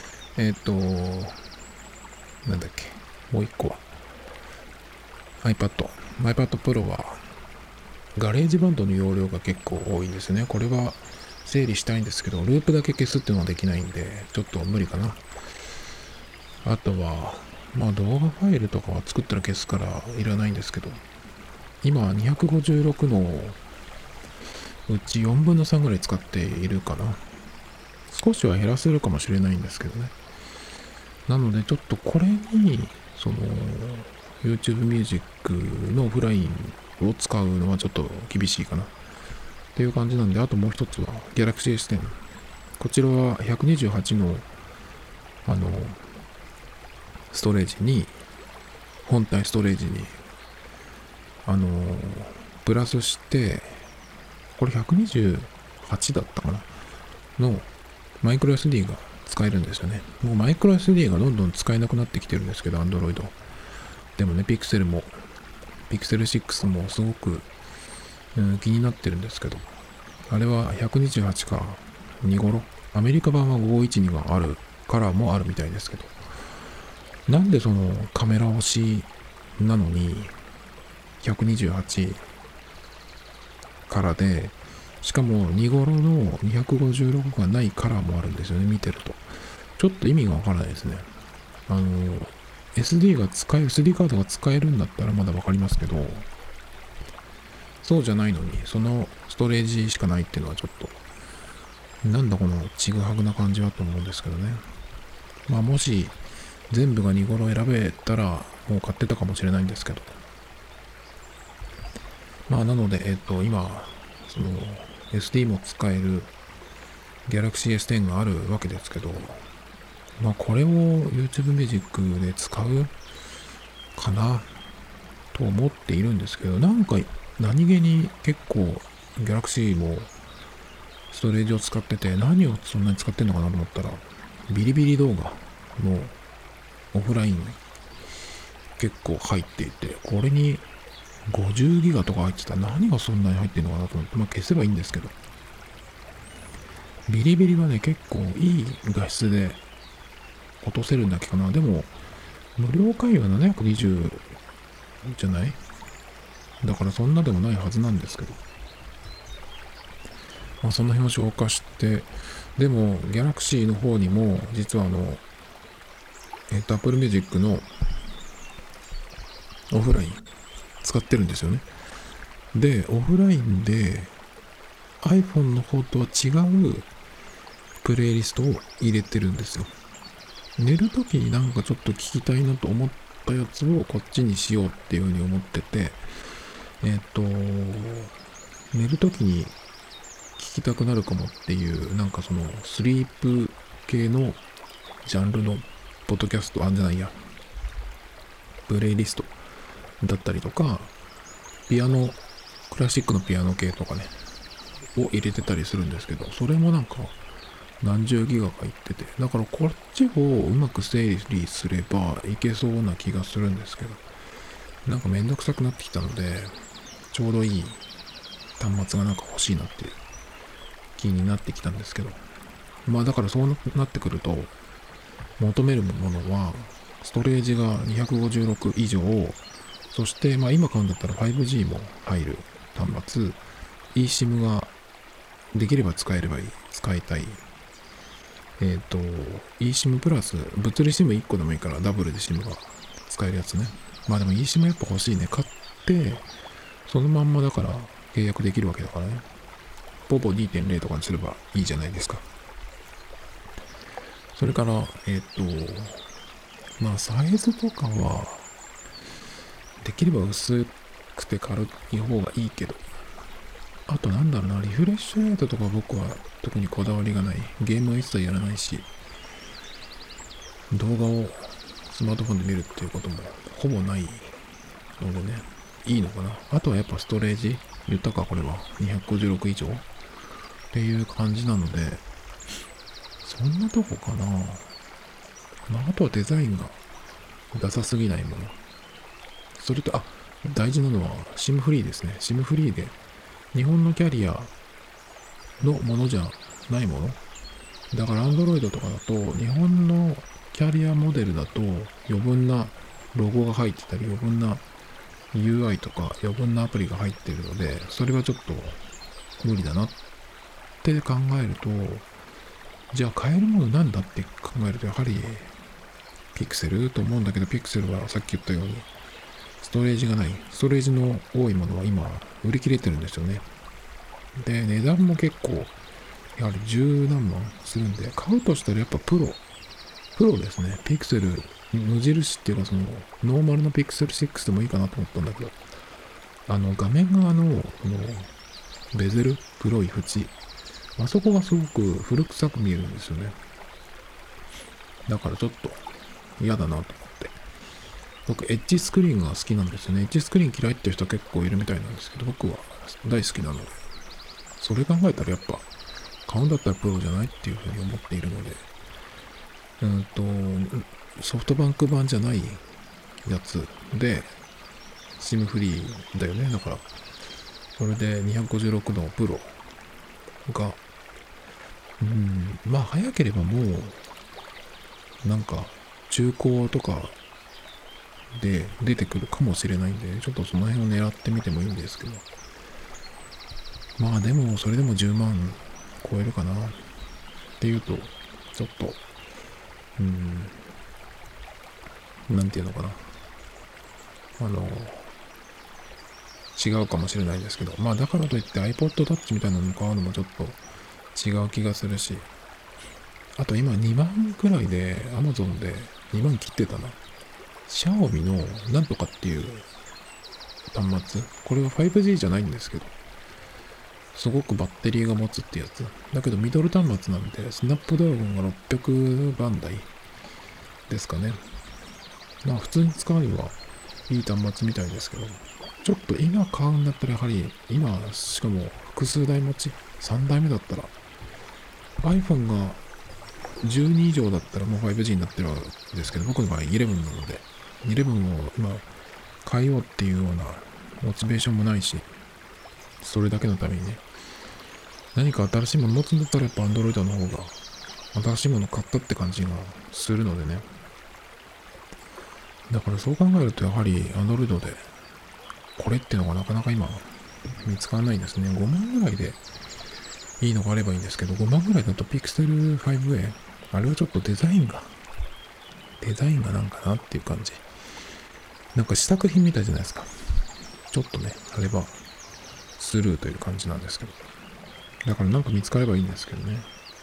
なんだっけ、もう一個は iPad Pro はガレージバンドの容量が結構多いんですね。これは整理したいんですけど、ループだけ消すっていうのはできないんで、ちょっと無理かな。あとは、動画ファイルとかは作ったら消すからいらないんですけど、今256のうち4分の3ぐらい使っているかな。少しは減らせるかもしれないんですけどね。なのでちょっとこれに、YouTube Music のオフラインを使うのはちょっと厳しいかな。っていう感じなんで、あともう一つは Galaxy S10。こちらは128の、ストレージに、本体ストレージに、プラスして、これ128だったかなのマイクロ SD が使えるんですよね。もうマイクロ SD がどんどん使えなくなってきてるんですけど、Android。でもね、Pixel 6もすごく、気になってるんですけど、あれは128か2頃。アメリカ版は512があるカラーもあるみたいですけど、なんでそのカメラ推しなのに128からで、しかも2頃の256がないカラーもあるんですよね、見てると。ちょっと意味がわからないですね。SD カードが使えるんだったらまだわかりますけど、そうじゃないのに、そのストレージしかないっていうのはちょっと、なんだこのちぐはぐな感じはと思うんですけどね。もし全部が2頃選べたらもう買ってたかもしれないんですけど。なので、今、SD も使える Galaxy S10 があるわけですけど、これを YouTube Music で使うかなと思っているんですけど、何気に結構 Galaxy もストレージを使ってて、何をそんなに使ってんのかなと思ったら、ビリビリ動画のオフライン結構入っていて、これに50ギガとか入ってたら何がそんなに入ってんのかなと思って、消せばいいんですけど、ビリビリはね、結構いい画質で落とせるんだっけかな。でも、無料会員は720 じゃない？だからそんなでもないはずなんですけど。まあその辺を消化して、でも Galaxy の方にも実はApple Music のオフライン使ってるんですよね。で、オフラインで iPhone の方とは違うプレイリストを入れてるんですよ。寝るときになんかちょっと聞きたいなと思ったやつをこっちにしようっていうふうに思ってて、寝るときに聞きたくなるかもっていう、なんかそのスリープ系のジャンルのポッドキャスト、じゃないや、プレイリストだったりとか、ピアノ、クラシックのピアノ系とかね、を入れてたりするんですけど、それもなんか何十ギガかいってて、だからこっちをうまく整理すればいけそうな気がするんですけど、なんかめんどくさくなってきたので、ちょうどいい端末がなんか欲しいなっていう気になってきたんですけど、まあだからそうなってくると、求めるものは、ストレージが256以上、そしてまあ今買うんだったら 5G も入る端末、eSIM ができれば使えればいい、使いたい。eSIM プラス、物理 SIM1 個でもいいからダブルで SIM が使えるやつね。まあでも eSIM やっぱ欲しいね。買って、そのまんまだから契約できるわけだからね。ポポ 2.0 とかにすればいいじゃないですか。それから、まあサイズとかは、できれば薄くて軽い方がいいけど、あとなんだろうな、リフレッシュレートとか僕は特にこだわりがない。ゲームは一切やらないし、動画をスマートフォンで見るっていうこともほぼないのでね、いいのかな。あとはやっぱストレージ、言ったかこれは256以上っていう感じなので、そんなとこかな。まあ、あとはデザインがダサすぎないもの。それと、大事なのは SIM フリーですね。SIM フリーで日本のキャリアのものじゃないもの。だから Android とかだと日本のキャリアモデルだと余分なロゴが入ってたり余分な UI とか余分なアプリが入っているので、それはちょっと無理だなって考えると、じゃあ買えるものなんだって考えるとやはりピクセルと思うんだけど、ピクセルはさっき言ったようにストレージがない。ストレージの多いものは今売り切れてるんですよね。で、値段も結構やはり十何万するんで、買うとしたらやっぱプロですね。ピクセル、無印っていうかその、ノーマルのピクセル6でもいいかなと思ったんだけど、画面側の、ベゼル、黒い縁、あそこがすごく古臭く見えるんですよね。だからちょっと嫌だなと思って。僕、エッジスクリーンが好きなんですよね。エッジスクリーン嫌いっていう人結構いるみたいなんですけど、僕は大好きなので、それ考えたらやっぱ、買うんだったらプロじゃないっていうふうに思っているので、ソフトバンク版じゃないやつで、SIM フリーだよね。だから、それで256のプロが、まあ早ければもう、なんか、中古とかで出てくるかもしれないんで、ちょっとその辺を狙ってみてもいいんですけど、まあでも、それでも10万超えるかなっていうと、ちょっと、なんていうのかな。違うかもしれないですけど、まあだからといって iPod Touch みたいなの買うのもちょっと違う気がするし、あと今2万くらいで Amazon で2万切ってたな。シャオミのなんとかっていう端末、これは 5G じゃないんですけど、すごくバッテリーが持つってやつ。だけどミドル端末なんで、スナップドラゴンが600番台ですかね。まあ普通に使うにはいい端末みたいですけど、ちょっと今買うんだったらやはり、今しかも複数台持ち、3台目だったら、iPhone が12以上だったらもう 5G になってるわけですけど、僕の場合11なので、11を今変えようっていうようなモチベーションもないし、それだけのためにね、何か新しいもの持つんだったらやっぱ Android の方が、新しいもの買ったって感じがするのでね、 だからそう考えるとやはり Android でこれっていうのがなかなか今見つからないですね。5万ぐらいでいいのがあればいいんですけど、5万ぐらいだと Pixel 5a、あれはちょっとデザインがなんかなっていう感じ。なんか試作品みたいじゃないですか。ちょっとね、あればスルーという感じなんですけど。だからなんか見つかればいいんですけどね。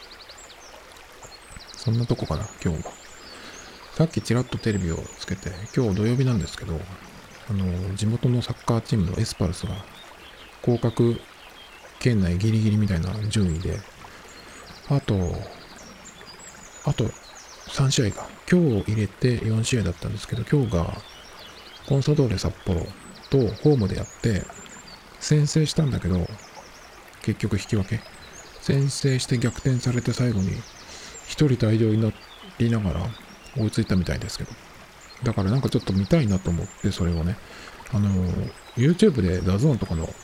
そんなとこかな、今日は。さっきちらっとテレビをつけて、今日土曜日なんですけど、地元のサッカーチームのエスパルスが、降格圏内ギリギリみたいな順位で、あと3試合か。今日入れて4試合だったんですけど、今日がコンサドーレ札幌とホームでやって、先制したんだけど、結局引き分け。先制して逆転されて最後に一人退場になりながら追いついたみたいですけど。だからなんかちょっと見たいなと思って、それをね。YouTube でダゾーンとかのを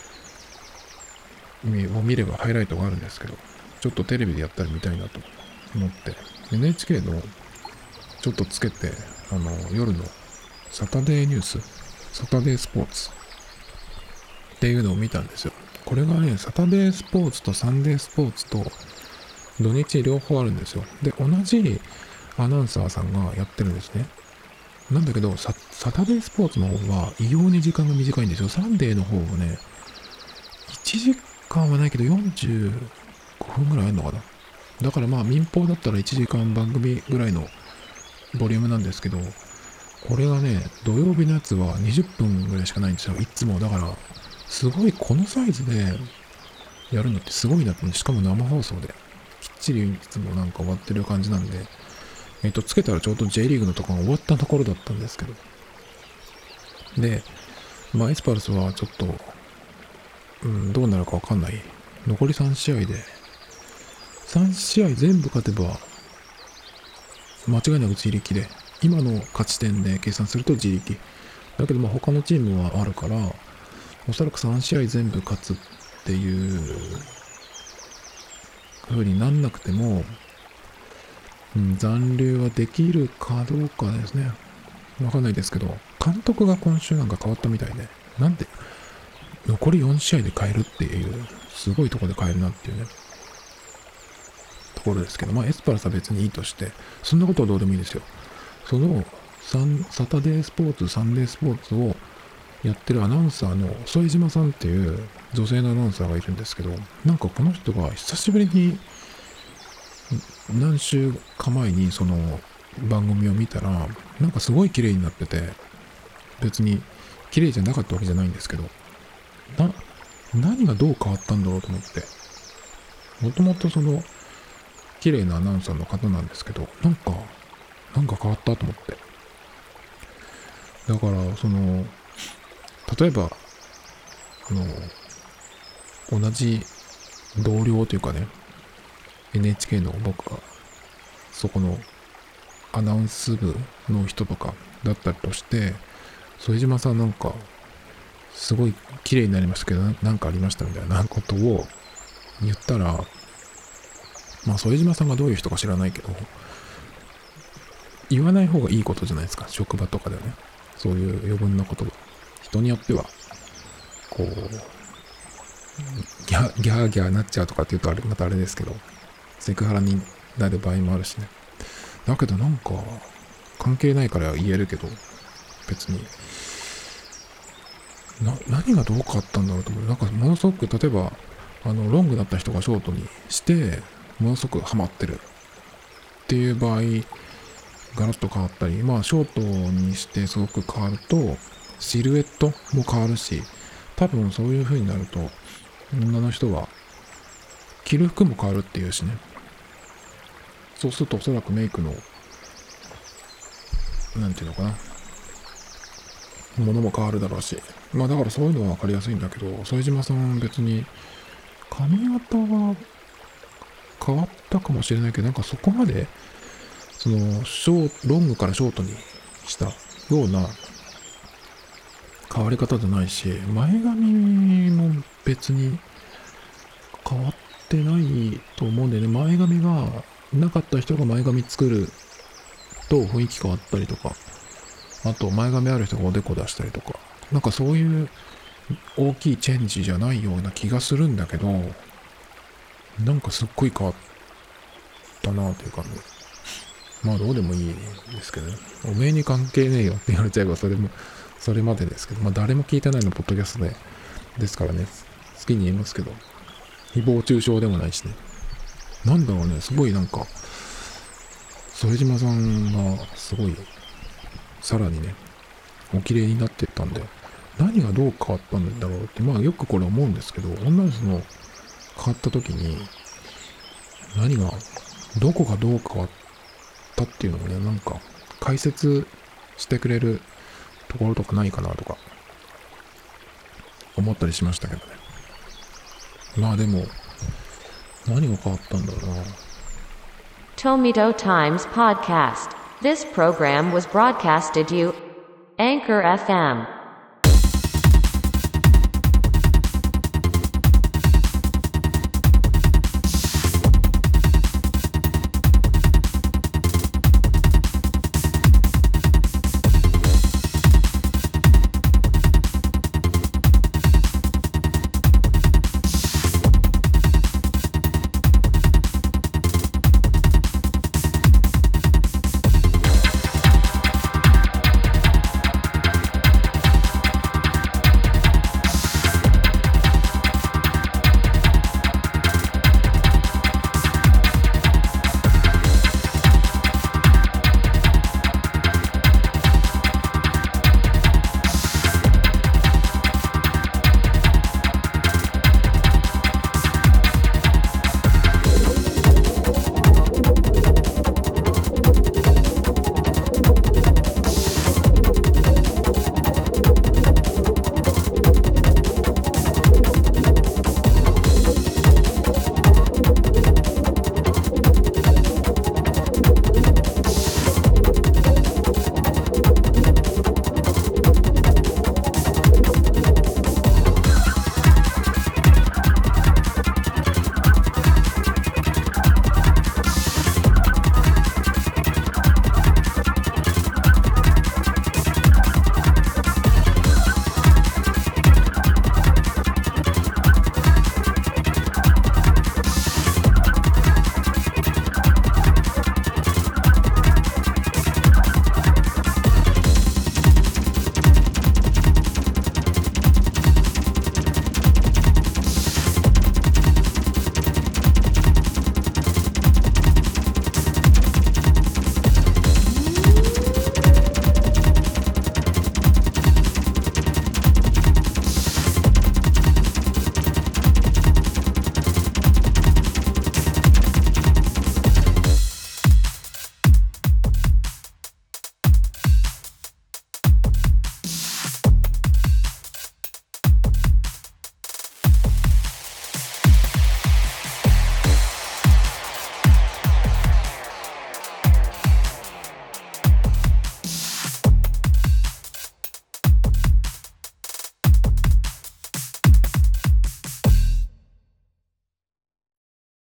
見ればハイライトがあるんですけど、ちょっとテレビでやったら見たいなと思って、NHK のちょっとつけて、夜のサタデーニュース、サタデースポーツっていうのを見たんですよ。これがね、サタデースポーツとサンデースポーツと土日両方あるんですよ。で、同じアナウンサーさんがやってるんですね。なんだけど、サタデースポーツの方は異様に時間が短いんですよ。サンデーの方はね、1時間はないけど45分ぐらいあるのかな。だからまあ民放だったら1時間番組ぐらいのボリュームなんですけど、これがね、土曜日のやつは20分ぐらいしかないんですよ。いつも。だから、すごいこのサイズでやるのってすごいなって、しかも生放送で。きっちりいつもなんか終わってる感じなんで、つけたらちょうど J リーグのとこが終わったところだったんですけど。で、まあエスパルスはちょっと、どうなるかわかんない。残り3試合で、3試合全部勝てば、間違いなく自力で、今の勝ち点で計算すると自力。だけどまあ他のチームはあるから、おそらく3試合全部勝つっていう風になんなくても、残留はできるかどうかですね。わかんないですけど、監督が今週なんか変わったみたいで、なんで、残り4試合で変えるっていう、すごいとこで変えるなっていうね、ところですけど、まあエスパルスは別にいいとして、そんなことはどうでもいいですよ。そのサタデースポーツ、サンデースポーツをやってるアナウンサーの副島さんっていう女性のアナウンサーがいるんですけど、なんかこの人が久しぶりに何週か前にその番組を見たら、なんかすごい綺麗になってて、別に綺麗じゃなかったわけじゃないんですけど、何がどう変わったんだろうと思って、もともとその綺麗なアナウンサーの方なんですけど、なんか変わったと思って。だからその例えば同じ同僚というかね、NHK の僕がそこのアナウンス部の人とかだったりとして、副島さんなんかすごい綺麗になりましたけど、なんかありましたみたいなことを言ったら、まあ副島さんがどういう人か知らないけど、言わない方がいいことじゃないですか、職場とかではね。そういう余分なことが人によってはこうギャーなっちゃうとかっていうとあれまたあれですけど、セクハラになる場合もあるしね。だけどなんか関係ないから言えるけど、別に何がどう変わったんだろうと思う。なんかものすごく、例えばロングだった人がショートにしてものすごくハマってるっていう場合、ガラッと変わったり、まあショートにしてすごく変わるとシルエットも変わるし、多分そういう風になると女の人は着る服も変わるっていうしね。そうするとおそらくメイクのなんていうのかな、ものも変わるだろうし、まあだからそういうのは分かりやすいんだけど、副島さん別に髪型は変わったかもしれないけど、なんかそこまでそのロングからショートにしたような変わり方じゃないし、前髪も別に変わってないと思うんでね。前髪がなかった人が前髪作ると雰囲気変わったりとかあと前髪ある人がおでこ出したりとか、なんかそういう大きいチェンジじゃないような気がするんだけど、なんかすっごい変わったなという感じ。まあどうでもいいですけどね。おめえに関係ねえよって言われちゃえばそれまでですけど、まあ誰も聞いてないのポッドキャストですからね、好きに言いますけど、誹謗中傷でもないしね。なんだろうね、すごいなんか、副島さんがすごい、さらにね、お綺麗になってったんで、何がどう変わったんだろうって、まあよくこれ思うんですけど、女の人の変わった時に、どこがどう変わったっていうのをね、なんか解説してくれるところとかないかなとか思ったりしましたけどね。まあでも、何が変わったんだろうな。 Tomito Times Podcast. This program was broadcasted you Anchor FM